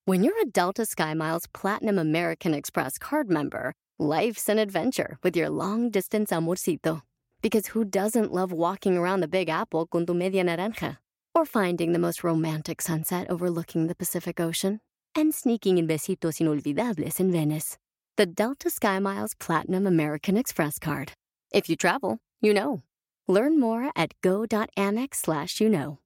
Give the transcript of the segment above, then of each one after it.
When you're a Delta SkyMiles Platinum American Express card member, life's an adventure with your long-distance amorcito. Because who doesn't love walking around the Big Apple con tu media naranja? Or finding the most romantic sunset overlooking the Pacific Ocean? And sneaking in besitos inolvidables in Venice. The Delta SkyMiles Platinum American Express card. If you travel, you know. Learn more at go.amex/you-know.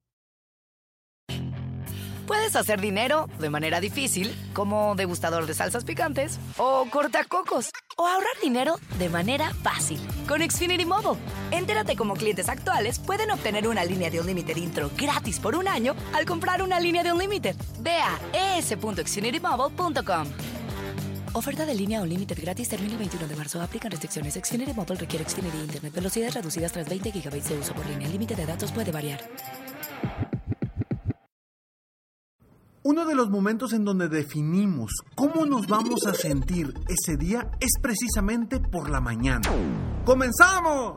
Puedes hacer dinero de manera difícil, como degustador de salsas picantes, o cortacocos, o ahorrar dinero de manera fácil con Xfinity Mobile. Entérate cómo clientes actuales pueden obtener una línea de Unlimited intro gratis por un año al comprar una línea de Unlimited. Ve a es.xfinitymobile.com. Oferta de línea Unlimited gratis termina el 21 de marzo. Aplican restricciones. Xfinity Mobile requiere Xfinity Internet. Velocidades reducidas tras 20 GB de uso por línea. El límite de datos puede variar. Uno de los momentos en donde definimos cómo nos vamos a sentir ese día es precisamente por la mañana. ¡Comenzamos!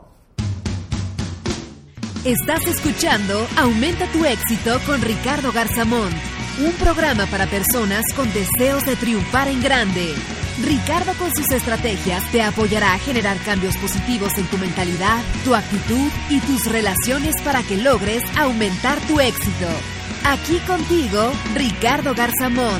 Estás escuchando Aumenta tu éxito con Ricardo Garzamont, un programa para personas con deseos de triunfar en grande. Ricardo con sus estrategias te apoyará a generar cambios positivos en tu mentalidad, tu actitud y tus relaciones para que logres aumentar tu éxito. Aquí contigo, Ricardo Garzamont.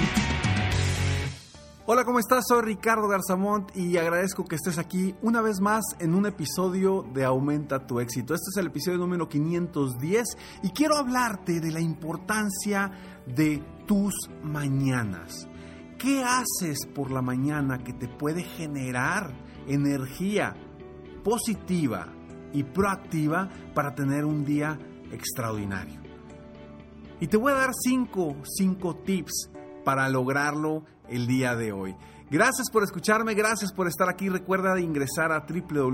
Hola, ¿cómo estás? Soy Ricardo Garzamont y agradezco que estés aquí una vez más en un episodio de Aumenta tu éxito. Este es el episodio número 510 y quiero hablarte de la importancia de tus mañanas. ¿Qué haces por la mañana que te puede generar energía positiva y proactiva para tener un día extraordinario? Y te voy a dar cinco tips para lograrlo el día de hoy. Gracias por escucharme, gracias por estar aquí. Recuerda de ingresar a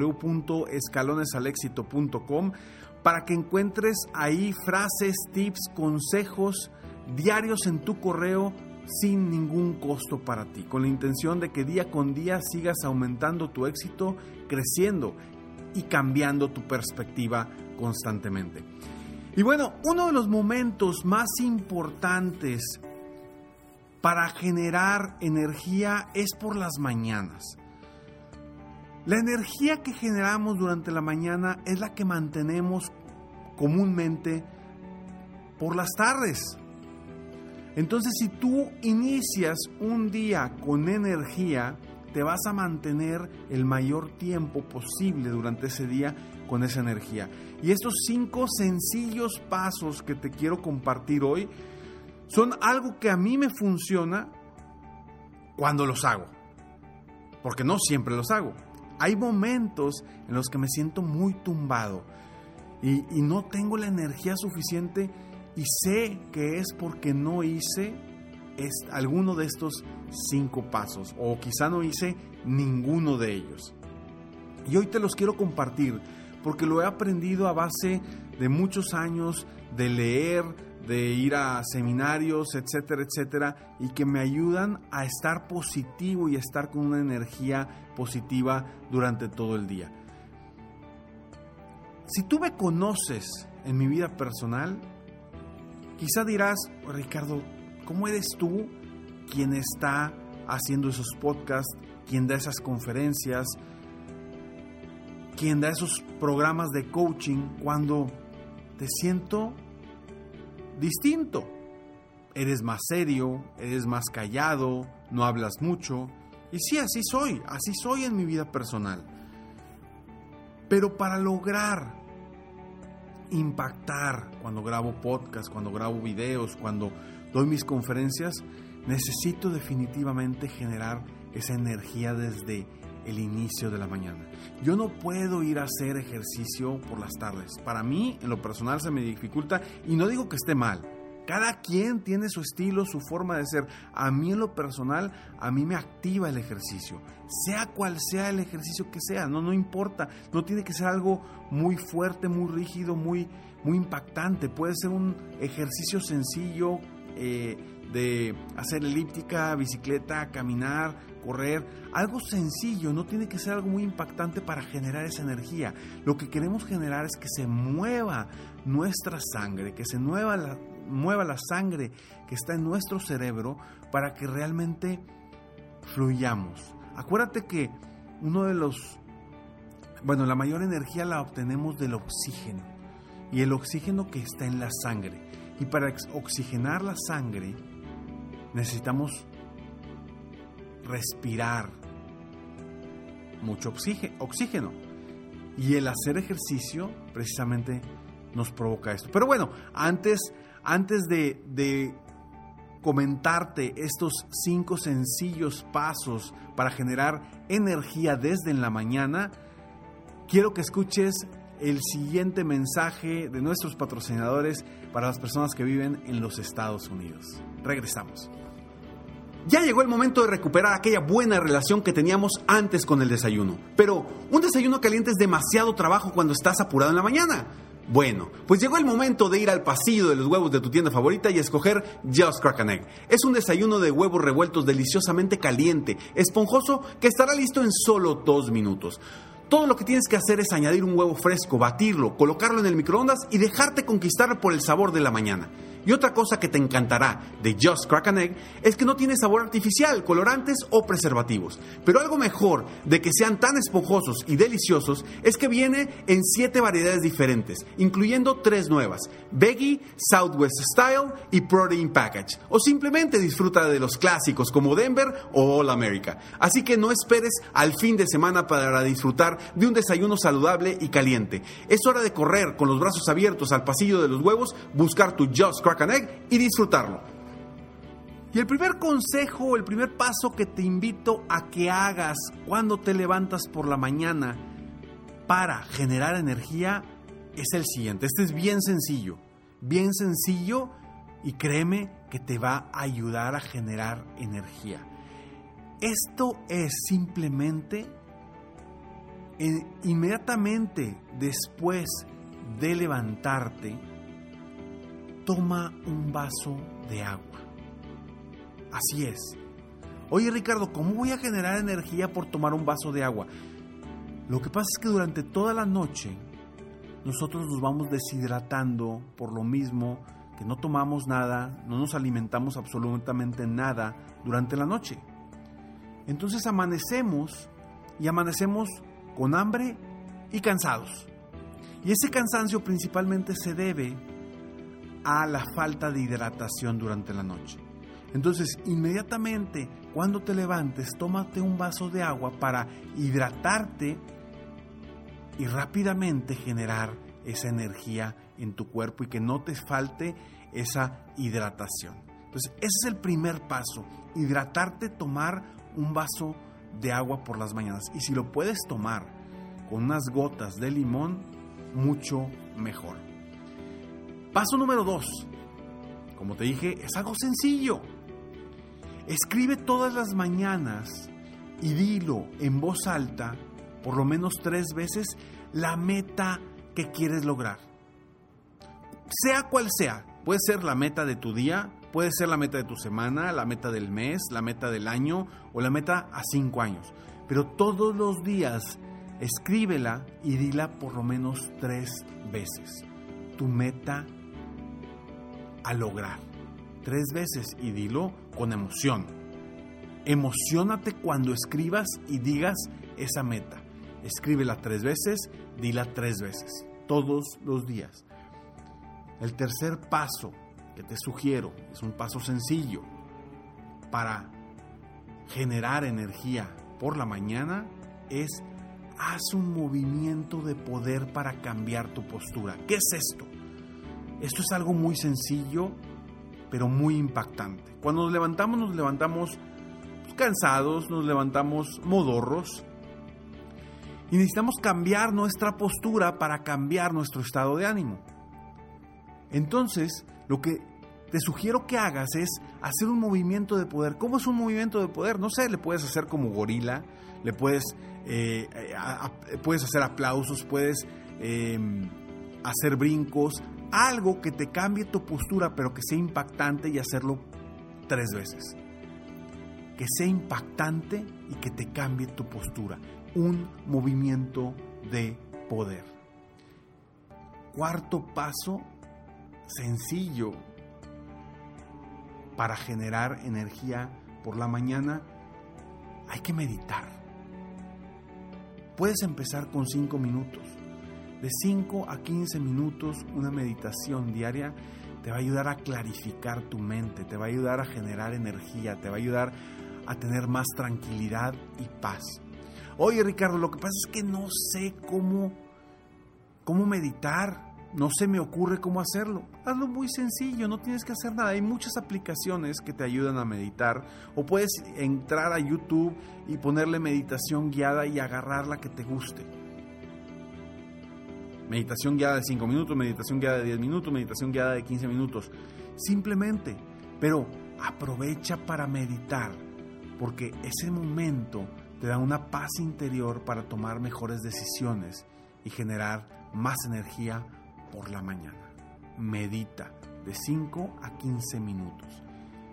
www.escalonesalexito.com para que encuentres ahí frases, tips, consejos diarios en tu correo sin ningún costo para ti, con la intención de que día con día sigas aumentando tu éxito, creciendo y cambiando tu perspectiva constantemente. Y bueno, uno de los momentos más importantes para generar energía es por las mañanas. La energía que generamos durante la mañana es la que mantenemos comúnmente por las tardes. Entonces, si tú inicias un día con energía, te vas a mantener el mayor tiempo posible durante ese día con esa energía. Y estos 5 sencillos pasos que te quiero compartir hoy son algo que a mí me funciona cuando los hago, porque no siempre los hago. Hay momentos en los que me siento muy tumbado y no tengo la energía suficiente y sé que es porque no hice alguno de estos 5 pasos o quizá no hice ninguno de ellos. Y hoy te los quiero compartir porque lo he aprendido a base de muchos años de leer, de ir a seminarios, etcétera, etcétera, y que me ayudan a estar positivo y a estar con una energía positiva durante todo el día. Si tú me conoces en mi vida personal, quizá dirás, Ricardo, ¿cómo eres tú quien está haciendo esos podcasts, quien da esas conferencias, quien da esos programas de coaching cuando te siento distinto? Eres más serio, eres más callado, no hablas mucho. Y sí, así soy en mi vida personal. Pero para lograr impactar cuando grabo podcast, cuando grabo videos, cuando doy mis conferencias, necesito definitivamente generar esa energía desde el inicio de la mañana. Yo no puedo ir a hacer ejercicio por las tardes. Para mí, en lo personal, se me dificulta y no digo que esté mal. Cada quien tiene su estilo, su forma de ser. A mí en lo personal, a mí me activa el ejercicio. Sea cual sea el ejercicio que sea, no importa. No tiene que ser algo muy fuerte, muy rígido, muy impactante. Puede ser un ejercicio sencillo de hacer elíptica, bicicleta, caminar, correr. Algo sencillo, no tiene que ser algo muy impactante para generar esa energía. Lo que queremos generar es que se mueva nuestra sangre, que se mueva mueva la sangre que está en nuestro cerebro para que realmente fluyamos. Acuérdate que la mayor energía la obtenemos del oxígeno, y el oxígeno que está en la sangre. Y para oxigenar la sangre necesitamos respirar mucho oxígeno. Y el hacer ejercicio precisamente nos provoca esto. Pero bueno, antes de comentarte estos 5 sencillos pasos para generar energía desde en la mañana, quiero que escuches el siguiente mensaje de nuestros patrocinadores para las personas que viven en los Estados Unidos. Regresamos. Ya llegó el momento de recuperar aquella buena relación que teníamos antes con el desayuno. Pero un desayuno caliente es demasiado trabajo cuando estás apurado en la mañana. Bueno, pues llegó el momento de ir al pasillo de los huevos de tu tienda favorita y escoger Just Crack an Egg. Es un desayuno de huevos revueltos deliciosamente caliente, esponjoso, que estará listo en solo 2 minutos. Todo lo que tienes que hacer es añadir un huevo fresco, batirlo, colocarlo en el microondas y dejarte conquistar por el sabor de la mañana. Y otra cosa que te encantará de Just Crack an Egg es que no tiene sabor artificial, colorantes o preservativos. Pero algo mejor de que sean tan esponjosos y deliciosos es que viene en 7 variedades diferentes, incluyendo 3 nuevas: Veggie, Southwest Style y Protein Package. O simplemente disfruta de los clásicos como Denver o All America. Así que no esperes al fin de semana para disfrutar de un desayuno saludable y caliente. Es hora de correr con los brazos abiertos al pasillo de los huevos, buscar tu Just Crack an Egg y disfrutarlo. Y el primer consejo, el primer paso que te invito a que hagas cuando te levantas por la mañana para generar energía es el siguiente. Este es bien sencillo y créeme que te va a ayudar a generar energía. Esto es simplemente inmediatamente después de levantarte, toma un vaso de agua. Así es. Oye, Ricardo, ¿cómo voy a generar energía por tomar un vaso de agua? Lo que pasa es que durante toda la noche nosotros nos vamos deshidratando por lo mismo que no tomamos nada, no nos alimentamos absolutamente nada durante la noche. Entonces amanecemos con hambre y cansados. Y ese cansancio principalmente se debe a la falta de hidratación durante la noche. Entonces, inmediatamente cuando te levantes, tómate un vaso de agua para hidratarte y rápidamente generar esa energía en tu cuerpo y que no te falte esa hidratación. Entonces, ese es el primer paso: hidratarte, tomar un vaso de agua por las mañanas. Y si lo puedes tomar con unas gotas de limón, mucho mejor. Paso número 2. Como te dije, es algo sencillo. Escribe todas las mañanas y dilo en voz alta, por lo menos 3 veces, la meta que quieres lograr. Sea cual sea, puede ser la meta de tu día, puede ser la meta de tu semana, la meta del mes, la meta del año o la meta a 5 años. Pero todos los días escríbela y dila por lo menos 3 veces. Tu meta a lograr. 3 veces y dilo con emoción. Emociónate cuando escribas y digas esa meta. Escríbela 3 veces, dila 3 veces, todos los días. El tercer paso que te sugiero es un paso sencillo para generar energía por la mañana: es haz un movimiento de poder para cambiar tu postura. ¿Qué es esto? Esto es algo muy sencillo, pero muy impactante. Cuando nos levantamos cansados, nos levantamos modorros y necesitamos cambiar nuestra postura para cambiar nuestro estado de ánimo. Entonces, lo que te sugiero que hagas es hacer un movimiento de poder. ¿Cómo es un movimiento de poder? No sé, le puedes hacer como gorila, le puedes hacer aplausos, puedes hacer brincos, algo que te cambie tu postura, pero que sea impactante, y hacerlo 3 veces. Que sea impactante y que te cambie tu postura. Un movimiento de poder. Cuarto paso, sencillo, para generar energía por la mañana, hay que meditar. Puedes empezar con 5 minutos. De 5 a 15 minutos, una meditación diaria te va a ayudar a clarificar tu mente, te va a ayudar a generar energía, te va a ayudar a tener más tranquilidad y paz. Oye, Ricardo, lo que pasa es que no sé cómo meditar, no se me ocurre cómo hacerlo. Hazlo muy sencillo, no tienes que hacer nada. Hay muchas aplicaciones que te ayudan a meditar, o puedes entrar a YouTube y ponerle meditación guiada y agarrar la que te guste. Meditación guiada de 5 minutos, meditación guiada de 10 minutos, meditación guiada de 15 minutos. Simplemente, pero aprovecha para meditar, porque ese momento te da una paz interior para tomar mejores decisiones y generar más energía por la mañana. Medita de 5 a 15 minutos.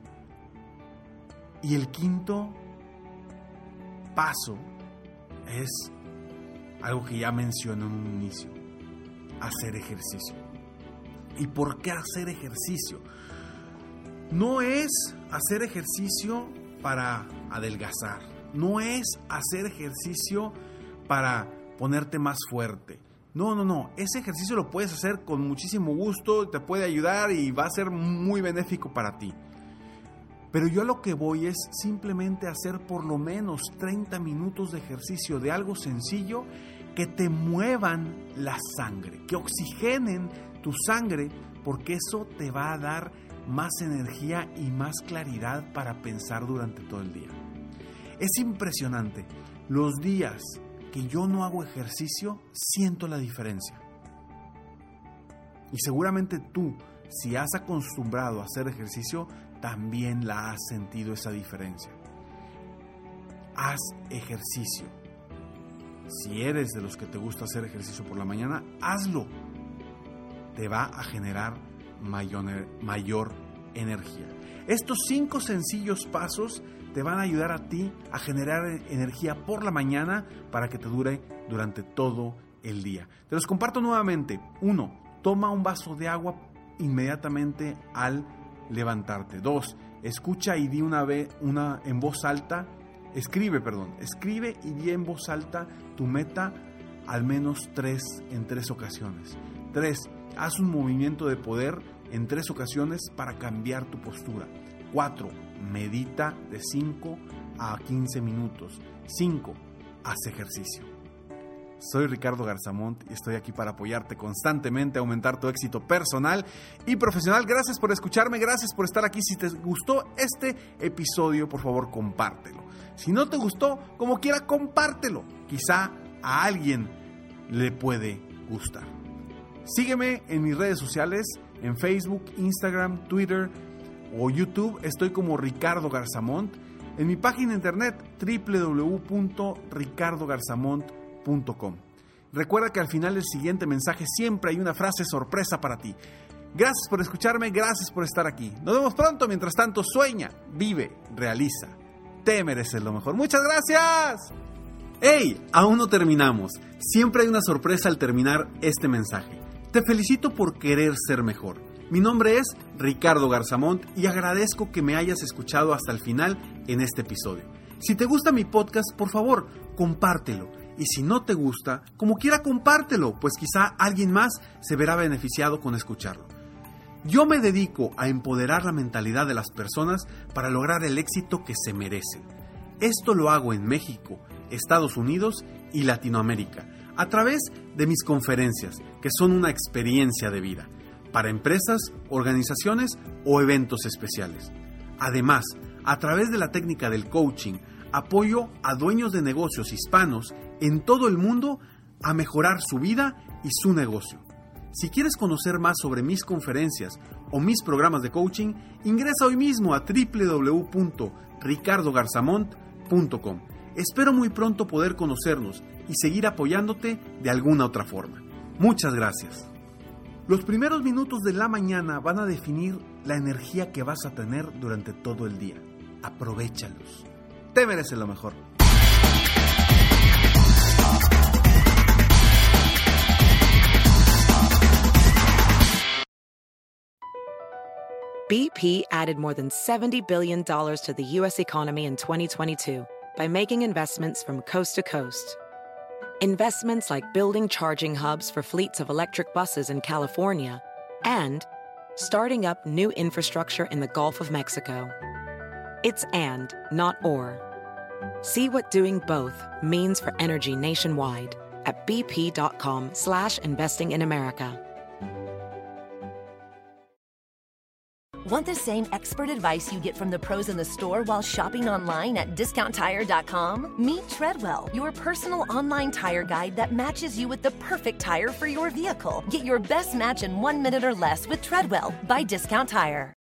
Y el quinto paso es algo que ya mencioné en un inicio: hacer ejercicio. ¿Y por qué hacer ejercicio? No es hacer ejercicio para adelgazar, no es hacer ejercicio para ponerte más fuerte. No. Ese ejercicio lo puedes hacer con muchísimo gusto, te puede ayudar y va a ser muy benéfico para ti. Pero yo a lo que voy es simplemente hacer por lo menos 30 minutos de ejercicio, de algo sencillo, que te muevan la sangre, que oxigenen tu sangre, porque eso te va a dar más energía y más claridad para pensar durante todo el día. Es impresionante. Los días que yo no hago ejercicio, siento la diferencia. Y seguramente tú, si has acostumbrado a hacer ejercicio, también la has sentido esa diferencia. Haz ejercicio. Si eres de los que te gusta hacer ejercicio por la mañana, hazlo. Te va a generar mayor energía. Estos 5 sencillos pasos te van a ayudar a ti a generar energía por la mañana para que te dure durante todo el día. Te los comparto nuevamente. 1. Toma un vaso de agua inmediatamente al levantarte. 2. Escucha y di en voz alta. Escribe y di en voz alta tu meta al menos en 3 ocasiones. 3. Haz un movimiento de poder en 3 ocasiones para cambiar tu postura. 4. Medita de 5 a 15 minutos. 5. Haz ejercicio. Soy Ricardo Garzamont y estoy aquí para apoyarte constantemente a aumentar tu éxito personal y profesional. Gracias por escucharme, gracias por estar aquí. Si te gustó este episodio, por favor, compártelo. Si no te gustó, como quiera, compártelo. Quizá a alguien le puede gustar. Sígueme en mis redes sociales, en Facebook, Instagram, Twitter o YouTube. Estoy como Ricardo Garzamont. En mi página de internet www.ricardogarzamont.com. Recuerda que al final del siguiente mensaje siempre hay una frase sorpresa para ti. Gracias por escucharme, gracias por estar aquí. Nos vemos pronto. Mientras tanto, sueña, vive, realiza. Te mereces lo mejor. ¡Muchas gracias! ¡Hey! Aún no terminamos. Siempre hay una sorpresa al terminar este mensaje. Te felicito por querer ser mejor. Mi nombre es Ricardo Garzamont y agradezco que me hayas escuchado hasta el final en este episodio. Si te gusta mi podcast, por favor, compártelo. Y si no te gusta, como quiera, compártelo, pues quizá alguien más se verá beneficiado con escucharlo. Yo me dedico a empoderar la mentalidad de las personas para lograr el éxito que se merecen. Esto lo hago en México, Estados Unidos y Latinoamérica, a través de mis conferencias, que son una experiencia de vida, para empresas, organizaciones o eventos especiales. Además, a través de la técnica del coaching, apoyo a dueños de negocios hispanos en todo el mundo a mejorar su vida y su negocio. Si quieres conocer más sobre mis conferencias o mis programas de coaching, ingresa hoy mismo a www.ricardogarzamont.com. Espero muy pronto poder conocernos y seguir apoyándote de alguna otra forma. Muchas gracias. Los primeros minutos de la mañana van a definir la energía que vas a tener durante todo el día. Aprovéchalos. Te mereces lo mejor. BP added more than $70 billion to the U.S. economy in 2022 by making investments from coast to coast. Investments like building charging hubs for fleets of electric buses in California and starting up new infrastructure in the Gulf of Mexico. It's and, not or. See what doing both means for energy nationwide at bp.com/investing in America. Want the same expert advice you get from the pros in the store while shopping online at DiscountTire.com? Meet Treadwell, your personal online tire guide that matches you with the perfect tire for your vehicle. Get your best match in 1 minute or less with Treadwell by Discount Tire.